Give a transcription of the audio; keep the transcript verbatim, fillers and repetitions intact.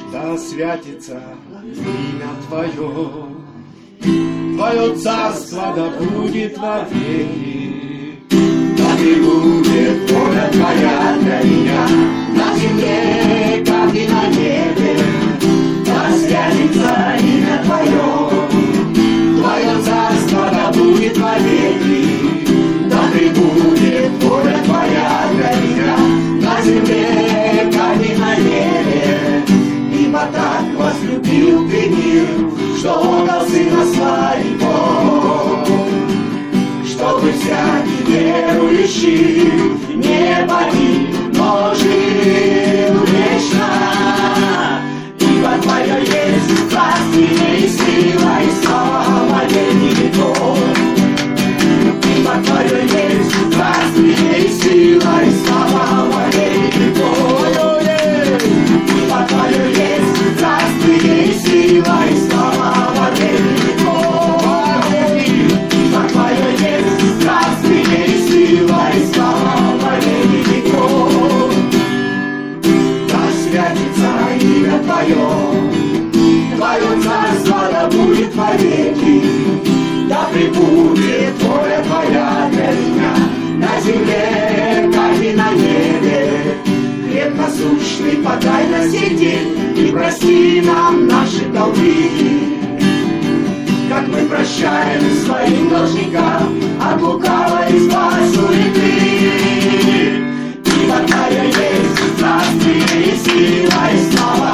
да святится имя Твое. Твое царство да будет вовеки, да пребудет воля Твоя для меня на земле, как и на небе. Да святится имя Твое, Твое царство да будет вовеки, да пребудет воля Твоя для меня на земле, как и на небе. Ибо так возлюбил Ты мир, что отдал Сына Своего, чтобы всякий верующий не погиб, но жил вечно. Ибо Твое есть царствие и сила и слава во веки веков. Ибо Твое есть царствие и сила и слава во веки веков. Ибо Твое есть царствие и сила и слава во веки веков. Ибо Твое есть царствие и сила и слава во веки веков. Да святится имя Твое, Твое царство да будет вовеки, да пребудет воля Твоя для меня на земле, как и на небе. Хлеб насущный подай на сей день и прости нам наши долги, как мы прощаем своим должникам, от лукавой избавь суеты. Ибо Твое есть царствие и сила и слава